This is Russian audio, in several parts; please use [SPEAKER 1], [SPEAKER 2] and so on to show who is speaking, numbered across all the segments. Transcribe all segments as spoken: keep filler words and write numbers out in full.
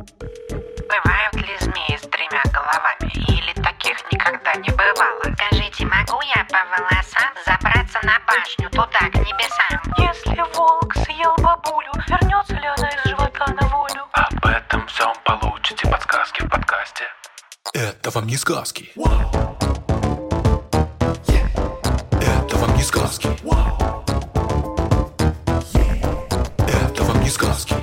[SPEAKER 1] Бывают ли змеи с тремя головами? Или таких никогда не бывало? Скажите, могу я по волосам забраться на башню, туда, к небесам?
[SPEAKER 2] Если волк съел бабулю, вернется ли она из живота на волю?
[SPEAKER 3] Об этом всем получите подсказки в подкасте.
[SPEAKER 4] Это вам не сказки. Это вам не сказки. Это вам не сказки.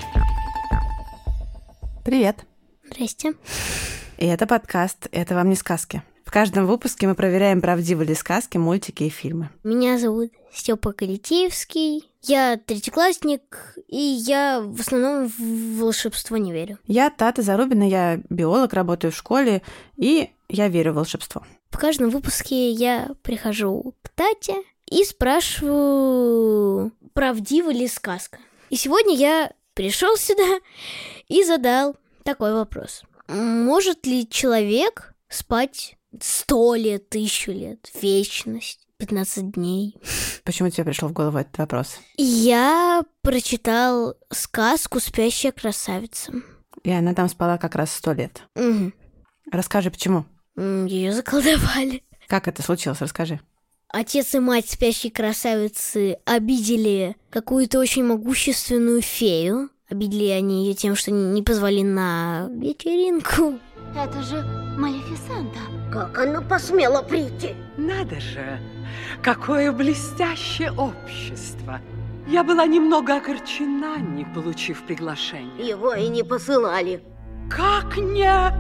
[SPEAKER 5] Привет.
[SPEAKER 6] Здрасте.
[SPEAKER 5] И это подкаст «Это вам не сказки». В каждом выпуске мы проверяем, правдивы ли сказки, мультики и фильмы.
[SPEAKER 6] Меня зовут Степа Калитеевский. Я третьеклассник, и я в основном в волшебство не верю.
[SPEAKER 5] Я Тата Зарубина, я биолог, работаю в школе, и я верю в волшебство.
[SPEAKER 6] В каждом выпуске я прихожу к Тате и спрашиваю, правдива ли сказка. И сегодня я пришел сюда и задал такой вопрос. Может ли человек спать сто лет, тысячу лет, вечность, пятнадцать дней?
[SPEAKER 5] Почему тебе пришел в голову этот вопрос?
[SPEAKER 6] Я прочитал сказку «Спящая красавица».
[SPEAKER 5] И она там спала как раз сто лет.
[SPEAKER 6] Угу.
[SPEAKER 5] Расскажи, почему?
[SPEAKER 6] Ее заколдовали.
[SPEAKER 5] Как это случилось? Расскажи.
[SPEAKER 6] Отец и мать спящей красавицы обидели какую-то очень могущественную фею. Обидели они ее тем, что не позвали на вечеринку.
[SPEAKER 7] Это же Малефисента. Как она посмела прийти?
[SPEAKER 2] Надо же, какое блестящее общество. Я была немного огорчена, не получив приглашение.
[SPEAKER 7] Его и не посылали.
[SPEAKER 2] Как не...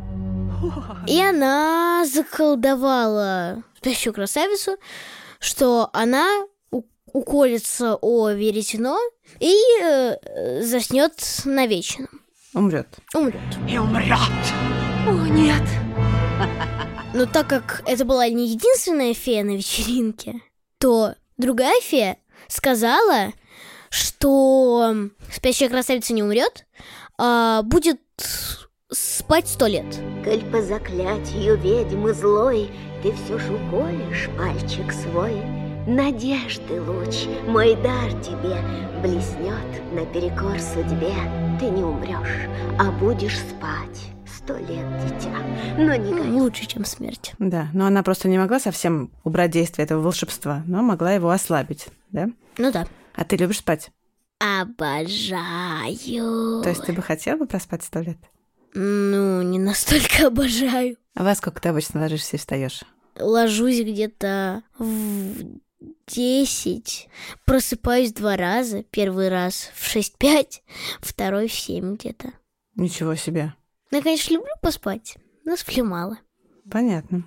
[SPEAKER 6] И она заколдовала спящую красавицу, что она у- уколется о веретено и э, заснет навечно.
[SPEAKER 5] Умрет.
[SPEAKER 6] Умрет.
[SPEAKER 2] И умрет. О, нет.
[SPEAKER 6] Но так как это была не единственная фея на вечеринке, то другая фея сказала, что спящая красавица не умрет, а будет спать сто лет.
[SPEAKER 7] Коль по заклятию ведьмы злой ты все ж уколешь пальчик свой, надежды луч, мой дар тебе блеснет наперекор судьбе. Ты не умрешь, а будешь спать сто лет, дитя, но не
[SPEAKER 6] Ну,
[SPEAKER 7] горюй.
[SPEAKER 6] лучше, чем смерть.
[SPEAKER 5] Да, но она просто не могла совсем убрать действие этого волшебства, но могла его ослабить, да?
[SPEAKER 6] Ну да.
[SPEAKER 5] А ты любишь спать?
[SPEAKER 6] Обожаю.
[SPEAKER 5] То есть ты бы хотела бы проспать сто лет?
[SPEAKER 6] Ну, не настолько обожаю.
[SPEAKER 5] А во сколько ты обычно ложишься и встаешь?
[SPEAKER 6] Ложусь где-то в десять, просыпаюсь два раза. Первый раз в шесть-пять, второй в семь где-то.
[SPEAKER 5] Ничего себе.
[SPEAKER 6] Ну, я, конечно, люблю поспать, но сплю мало.
[SPEAKER 5] Понятно.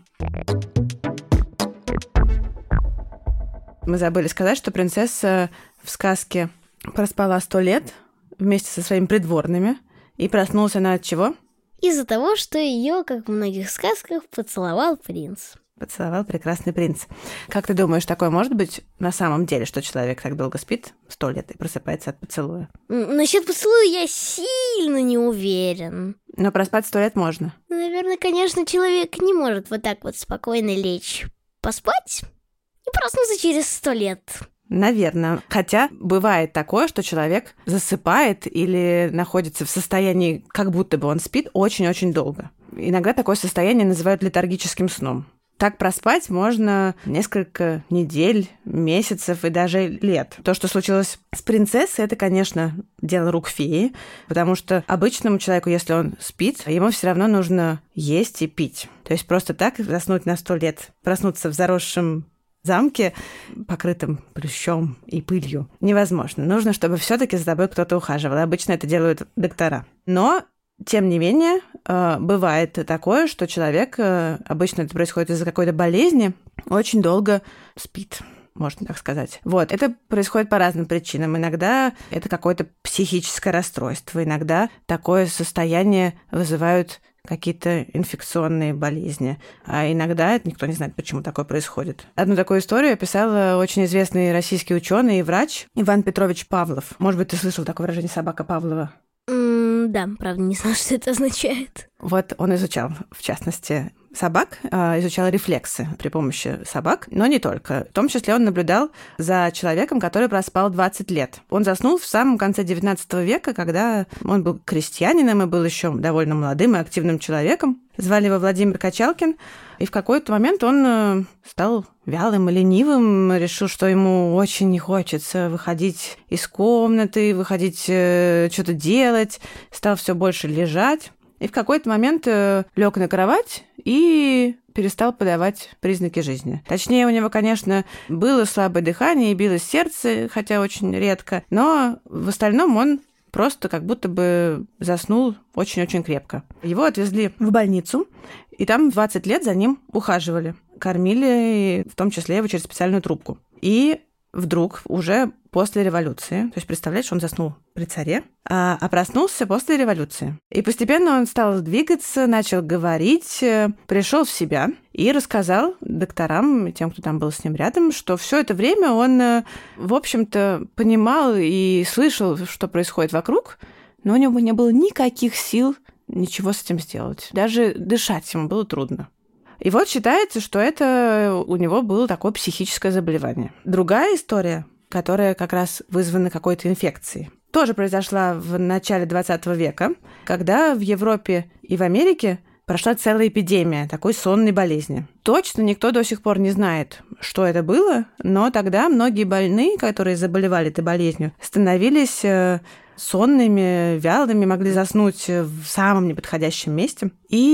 [SPEAKER 5] Мы забыли сказать, что принцесса в сказке проспала сто лет вместе со своими придворными, и проснулась она от чего?
[SPEAKER 6] Из-за того, что ее, как в многих сказках, поцеловал принц.
[SPEAKER 5] Поцеловал прекрасный принц. Как ты думаешь, такое может быть на самом деле, что человек так долго спит, сто лет, и просыпается от поцелуя?
[SPEAKER 6] М, Насчет поцелуя я сильно не уверен.
[SPEAKER 5] Но проспать сто лет можно.
[SPEAKER 6] Наверное, конечно, человек не может вот так вот спокойно лечь поспать и проснуться через сто лет.
[SPEAKER 5] Наверное. Хотя бывает такое, что человек засыпает или находится в состоянии, как будто бы он спит, очень-очень долго. Иногда такое состояние называют летаргическим сном. Так проспать можно несколько недель, месяцев и даже лет. То, что случилось с принцессой, это, конечно, дело рук феи, потому что обычному человеку, если он спит, ему все равно нужно есть и пить. То есть просто так заснуть на сто лет, проснуться в заросшем замке, покрытым плющом и пылью, невозможно. Нужно, чтобы все-таки за тобой кто-то ухаживал. Обычно это делают доктора. Но, тем не менее, бывает такое, что человек, обычно это происходит из-за какой-то болезни, очень долго спит, можно так сказать. Вот, это происходит по разным причинам. Иногда это какое-то психическое расстройство, иногда такое состояние вызывают какие-то инфекционные болезни. А иногда никто не знает, почему такое происходит. Одну такую историю описал очень известный российский ученый и врач Иван Петрович Павлов. Может быть, ты слышал такое выражение «собака Павлова»?
[SPEAKER 6] М, да, правда, не знаю, что это означает.
[SPEAKER 5] Вот он изучал, в частности, собак, изучал рефлексы при помощи собак, но не только. В том числе он наблюдал за человеком, который проспал двадцать лет. Он заснул в самом конце девятнадцатого века, когда он был крестьянином и был еще довольно молодым и активным человеком. Звали его Владимир Качалкин, и в какой-то момент он стал вялым и ленивым, решил, что ему очень не хочется выходить из комнаты, выходить что-то делать, стал все больше лежать. И в какой-то момент лег на кровать и перестал подавать признаки жизни. Точнее, у него, конечно, было слабое дыхание и билось сердце, хотя очень редко, но в остальном он просто как будто бы заснул очень-очень крепко. Его отвезли в больницу, и там двадцать лет за ним ухаживали, кормили, в том числе его через специальную трубку. И вдруг уже после революции, то есть, представляешь, он заснул при царе, а, а проснулся после революции. И постепенно он стал двигаться, начал говорить, пришел в себя и рассказал докторам, тем, кто там был с ним рядом, что все это время он, в общем-то, понимал и слышал, что происходит вокруг, но у него не было никаких сил ничего с этим сделать. Даже дышать ему было трудно. И вот считается, что это у него было такое психическое заболевание. Другая история, которая как раз вызвана какой-то инфекцией, тоже произошла в начале двадцатого века, когда в Европе и в Америке прошла целая эпидемия такой сонной болезни. Точно никто до сих пор не знает, что это было, но тогда многие больные, которые заболевали этой болезнью, становились сонными, вялыми, могли заснуть в самом неподходящем месте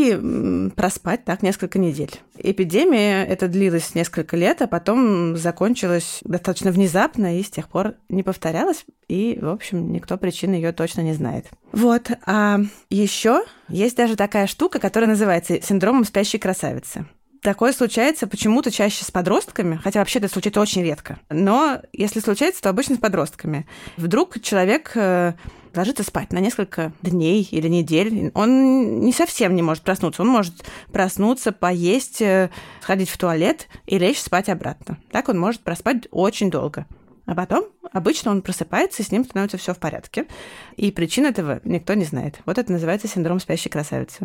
[SPEAKER 5] и проспать так несколько недель. Эпидемия эта длилась несколько лет, а потом закончилась достаточно внезапно и с тех пор не повторялась, и, в общем, никто причины ее точно не знает. Вот. А еще есть даже такая штука, которая называется синдромом спящей красавицы. Такое случается почему-то чаще с подростками, хотя вообще это случается очень редко. Но если случается, то обычно с подростками. Вдруг человек ложится спать на несколько дней или недель. Он не совсем не может проснуться. Он может проснуться, поесть, сходить в туалет и лечь спать обратно. Так он может проспать очень долго. А потом обычно он просыпается, и с ним становится все в порядке. И причин этого никто не знает. Вот это называется синдром спящей красавицы.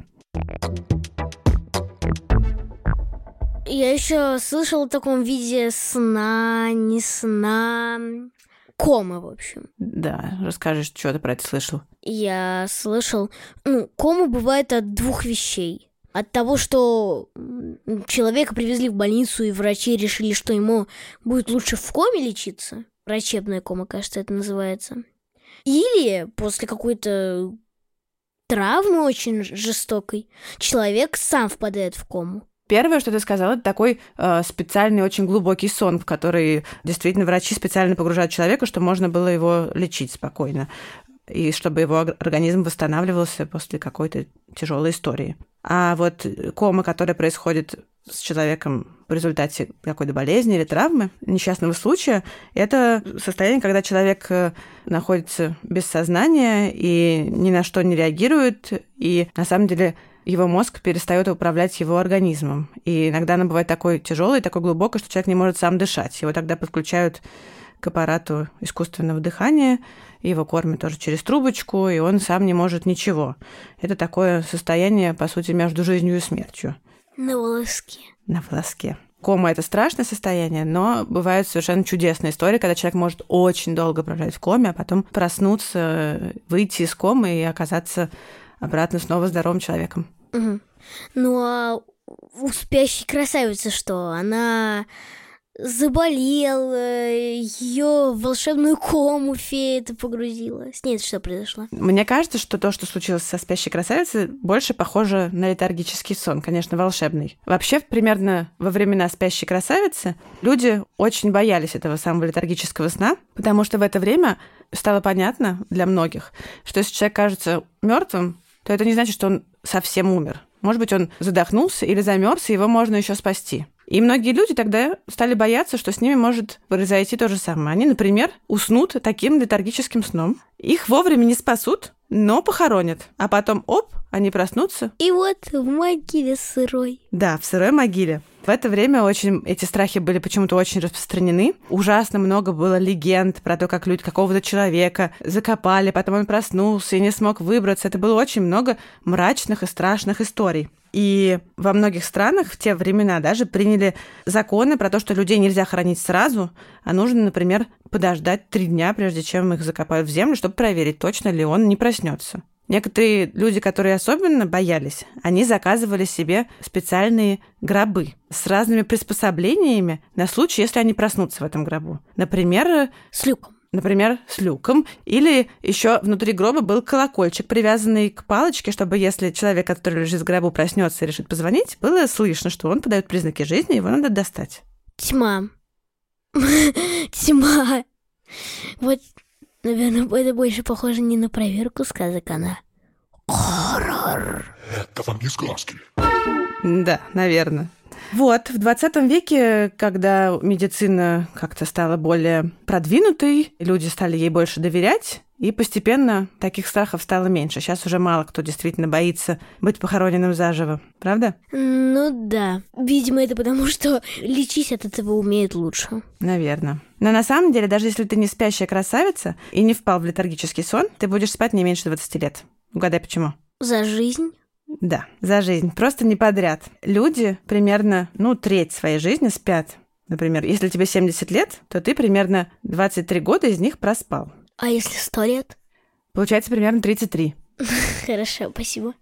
[SPEAKER 6] Я еще слышала в таком виде сна, не сна, комы, в общем.
[SPEAKER 5] Да, расскажи, что ты про это слышал.
[SPEAKER 6] Я слышал, ну, комы бывают от двух вещей. От того, что человека привезли в больницу, и врачи решили, что ему будет лучше в коме лечиться. Врачебная кома, кажется, это называется. Или после какой-то травмы очень жестокой человек сам впадает в кому.
[SPEAKER 5] Первое, что ты сказала, это такой э, специальный, очень глубокий сон, в который действительно врачи специально погружают человека, чтобы можно было его лечить спокойно, и чтобы его организм восстанавливался после какой-то тяжелой истории. А вот кома, которая происходит с человеком в результате какой-то болезни или травмы, несчастного случая, это состояние, когда человек находится без сознания и ни на что не реагирует, и на самом деле его мозг перестает управлять его организмом. И иногда оно бывает такой тяжелый, такой глубокий, что человек не может сам дышать. Его тогда подключают к аппарату искусственного дыхания, его кормят тоже через трубочку, и он сам не может ничего. Это такое состояние, по сути, между жизнью и смертью.
[SPEAKER 6] На волоске.
[SPEAKER 5] На волоске. Кома – это страшное состояние, но бывают совершенно чудесные истории, когда человек может очень долго пролежать в коме, а потом проснуться, выйти из комы и оказаться обратно снова здоровым человеком.
[SPEAKER 6] Угу. Ну а у спящей красавицы что? Она заболела, ее в волшебную кому фея это погрузила. С ней что произошло?
[SPEAKER 5] Мне кажется, что то, что случилось со спящей красавицей, больше похоже на летаргический сон, конечно, волшебный. Вообще, примерно во времена спящей красавицы люди очень боялись этого самого летаргического сна, потому что в это время стало понятно для многих, что если человек кажется мертвым, то это не значит, что он совсем умер. Может быть, он задохнулся или замерз, и его можно еще спасти. И многие люди тогда стали бояться, что с ними может произойти то же самое. Они, например, уснут таким летаргическим сном. Их вовремя не спасут, но похоронят. А потом, оп, они проснутся.
[SPEAKER 6] И вот в могиле сырой.
[SPEAKER 5] Да, в сырой могиле. В это время очень эти страхи были почему-то очень распространены. Ужасно много было легенд про то, как люди какого-то человека закопали, потом он проснулся и не смог выбраться. Это было очень много мрачных и страшных историй. И во многих странах в те времена даже приняли законы про то, что людей нельзя хоронить сразу, а нужно, например, подождать три дня, прежде чем их закопают в землю, чтобы проверить, точно ли он не проснется. Некоторые люди, которые особенно боялись, они заказывали себе специальные гробы с разными приспособлениями на случай, если они проснутся в этом гробу. Например,
[SPEAKER 6] с люком.
[SPEAKER 5] Например, с люком. Или еще внутри гроба был колокольчик, привязанный к палочке, чтобы если человек, который лежит в гробу, проснется и решит позвонить, было слышно, что он подает признаки жизни, его надо достать.
[SPEAKER 6] Тьма. Тьма. Вот, наверное, это больше похоже не на проверку сказок, а на хоррор.
[SPEAKER 4] Это вам не сказки.
[SPEAKER 5] Да, наверное. Вот, в двадцатом веке, когда медицина как-то стала более продвинутой, люди стали ей больше доверять, и постепенно таких страхов стало меньше. Сейчас уже мало кто действительно боится быть похороненным заживо, правда?
[SPEAKER 6] Ну да. Видимо, это потому, что лечить от этого умеют лучше.
[SPEAKER 5] Наверное. Но на самом деле, даже если ты не спящая красавица и не впал в летаргический сон, ты будешь спать не меньше двадцати лет. Угадай, почему?
[SPEAKER 6] За жизнь?
[SPEAKER 5] Да, за жизнь. Просто не подряд. Люди примерно, ну, треть своей жизни спят. Например, если тебе семьдесят лет, то ты примерно двадцать три года из них проспал.
[SPEAKER 6] А если сто лет?
[SPEAKER 5] Получается примерно тридцать три.
[SPEAKER 6] Хорошо, спасибо.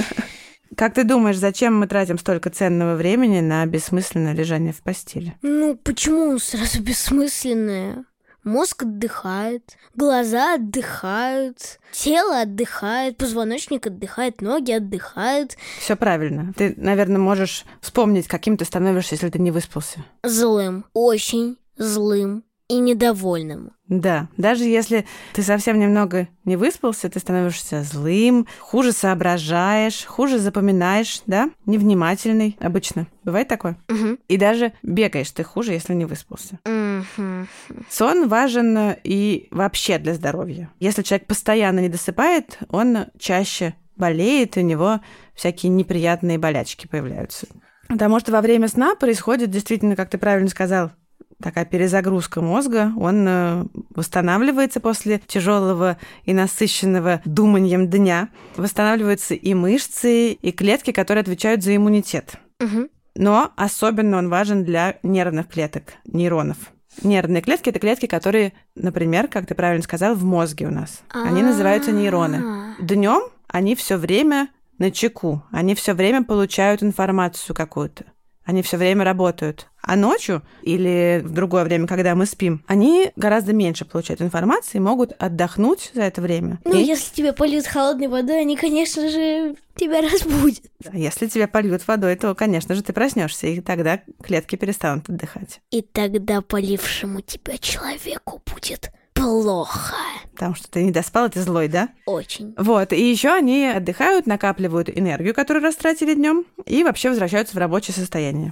[SPEAKER 5] Как ты думаешь, зачем мы тратим столько ценного времени на бессмысленное лежание в постели?
[SPEAKER 6] Ну, почему сразу бессмысленное? Мозг отдыхает, глаза отдыхают, тело отдыхает, позвоночник отдыхает, ноги отдыхают.
[SPEAKER 5] Все правильно. Ты, наверное, можешь вспомнить, каким ты становишься, если ты не выспался.
[SPEAKER 6] Злым, очень злым и недовольным.
[SPEAKER 5] Да, даже если ты совсем немного не выспался, ты становишься злым, хуже соображаешь, хуже запоминаешь, да? Невнимательный обычно. Бывает такое?
[SPEAKER 6] Угу.
[SPEAKER 5] И даже бегаешь ты хуже, если не выспался.
[SPEAKER 6] Угу.
[SPEAKER 5] Сон важен и вообще для здоровья. Если человек постоянно не досыпает, он чаще болеет, и у него всякие неприятные болячки появляются. Потому что во время сна происходит действительно, как ты правильно сказал, такая перезагрузка мозга, он восстанавливается после тяжелого и насыщенного думанием дня. Восстанавливаются и мышцы, и клетки, которые отвечают за иммунитет.
[SPEAKER 6] Угу.
[SPEAKER 5] Но особенно он важен для нервных клеток, нейронов. Нервные клетки – это клетки, которые, например, как ты правильно сказал, в мозге у нас. Они называются нейроны. Днем они все время начеку, они все время получают информацию какую-то. Они все время работают. А ночью или в другое время, когда мы спим, они гораздо меньше получают информации и могут отдохнуть за это время.
[SPEAKER 6] Ну,
[SPEAKER 5] и...
[SPEAKER 6] если тебя польют холодной водой, они, конечно же, тебя разбудят.
[SPEAKER 5] Если тебя польют водой, то, конечно же, ты проснешься, и тогда клетки перестанут отдыхать.
[SPEAKER 6] И тогда полившему тебя человеку будет плохо.
[SPEAKER 5] Потому что ты не доспал, и ты злой, да?
[SPEAKER 6] Очень.
[SPEAKER 5] Вот, и еще они отдыхают, накапливают энергию, которую растратили днем, и вообще возвращаются в рабочее состояние.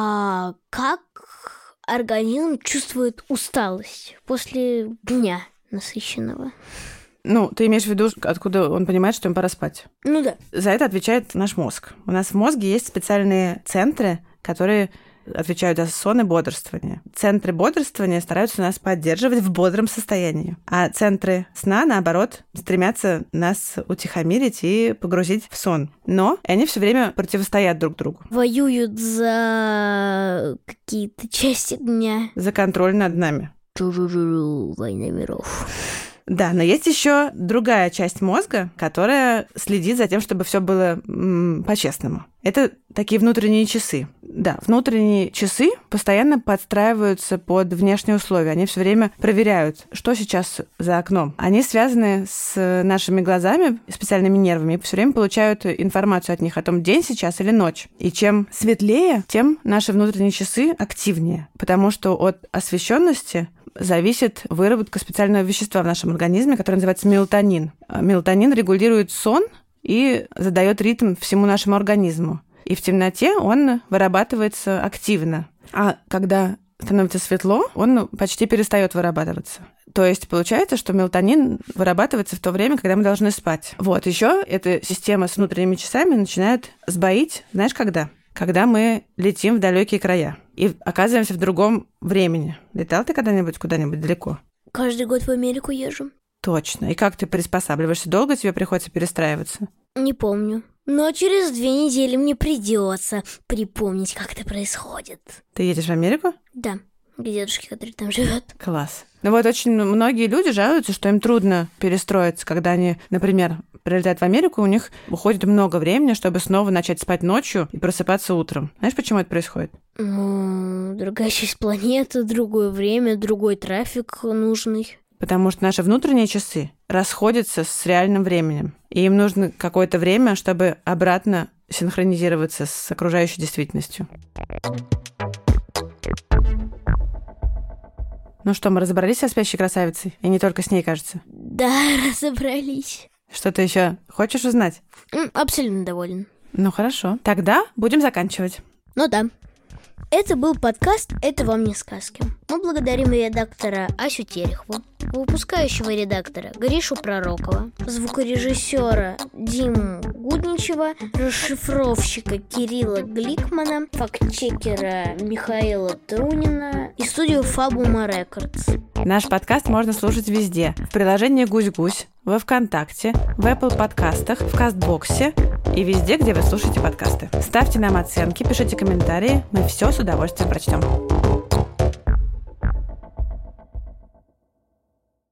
[SPEAKER 6] А как организм чувствует усталость после дня насыщенного?
[SPEAKER 5] Ну, ты имеешь в виду, откуда он понимает, что им пора спать?
[SPEAKER 6] Ну да.
[SPEAKER 5] За это отвечает наш мозг. У нас в мозге есть специальные центры, которые отвечают за сон и бодрствование. Центры бодрствования стараются нас поддерживать в бодром состоянии, а центры сна, наоборот, стремятся нас утихомирить и погрузить в сон. Но они все время противостоят друг другу.
[SPEAKER 6] Воюют за какие-то части дня.
[SPEAKER 5] За контроль над нами.
[SPEAKER 6] Чу-ру-ру-ру, война миров.
[SPEAKER 5] Да, но есть еще другая часть мозга, которая следит за тем, чтобы все было м- по-честному. Это такие внутренние часы. Да, внутренние часы постоянно подстраиваются под внешние условия. Они все время проверяют, что сейчас за окном. Они связаны с нашими глазами, специальными нервами, и все время получают информацию от них о том, день сейчас или ночь. И чем светлее, тем наши внутренние часы активнее, потому что от освещенности зависит выработка специального вещества в нашем организме, которое называется мелатонин. Мелатонин регулирует сон и задает ритм всему нашему организму. И в темноте он вырабатывается активно. А когда становится светло, он почти перестает вырабатываться. То есть получается, что мелатонин вырабатывается в то время, когда мы должны спать. Вот, еще эта система с внутренними часами начинает сбоить, знаешь, когда? когда мы летим в далекие края и оказываемся в другом времени. Летал ты когда-нибудь куда-нибудь далеко?
[SPEAKER 6] Каждый год в Америку езжу.
[SPEAKER 5] Точно. И как ты приспосабливаешься? Долго тебе приходится перестраиваться?
[SPEAKER 6] Не помню. Но через две недели мне придется припомнить, как это происходит.
[SPEAKER 5] Ты едешь в Америку?
[SPEAKER 6] Да, к дедушке, который там живет.
[SPEAKER 5] Класс. Ну вот очень многие люди жалуются, что им трудно перестроиться, когда они, например, прилетают в Америку, у них уходит много времени, чтобы снова начать спать ночью и просыпаться утром. Знаешь, почему это происходит?
[SPEAKER 6] Ну, другая часть планеты, другое время, другой трафик нужный.
[SPEAKER 5] Потому что наши внутренние часы расходятся с реальным временем. И им нужно какое-то время, чтобы обратно синхронизироваться с окружающей действительностью. Ну что, мы разобрались со спящей красавицей? И не только с ней, кажется.
[SPEAKER 6] Да, разобрались.
[SPEAKER 5] Что-то еще хочешь узнать?
[SPEAKER 6] Абсолютно доволен.
[SPEAKER 5] Ну хорошо. Тогда будем заканчивать.
[SPEAKER 6] Ну да. Это был подкаст «Это вам не сказки». Мы благодарим редактора Асю Терехову, выпускающего редактора Гришу Пророкова, звукорежиссера Диму Гудничева, расшифровщика Кирилла Гликмана, фактчекера Михаила Трунина и студию Fabuma Records.
[SPEAKER 5] Наш подкаст можно слушать везде. В приложении «Гусь-Гусь», во ВКонтакте, в Apple подкастах, в Кастбоксе и везде, где вы слушаете подкасты. Ставьте нам оценки, пишите комментарии. Мы все с удовольствием прочтем.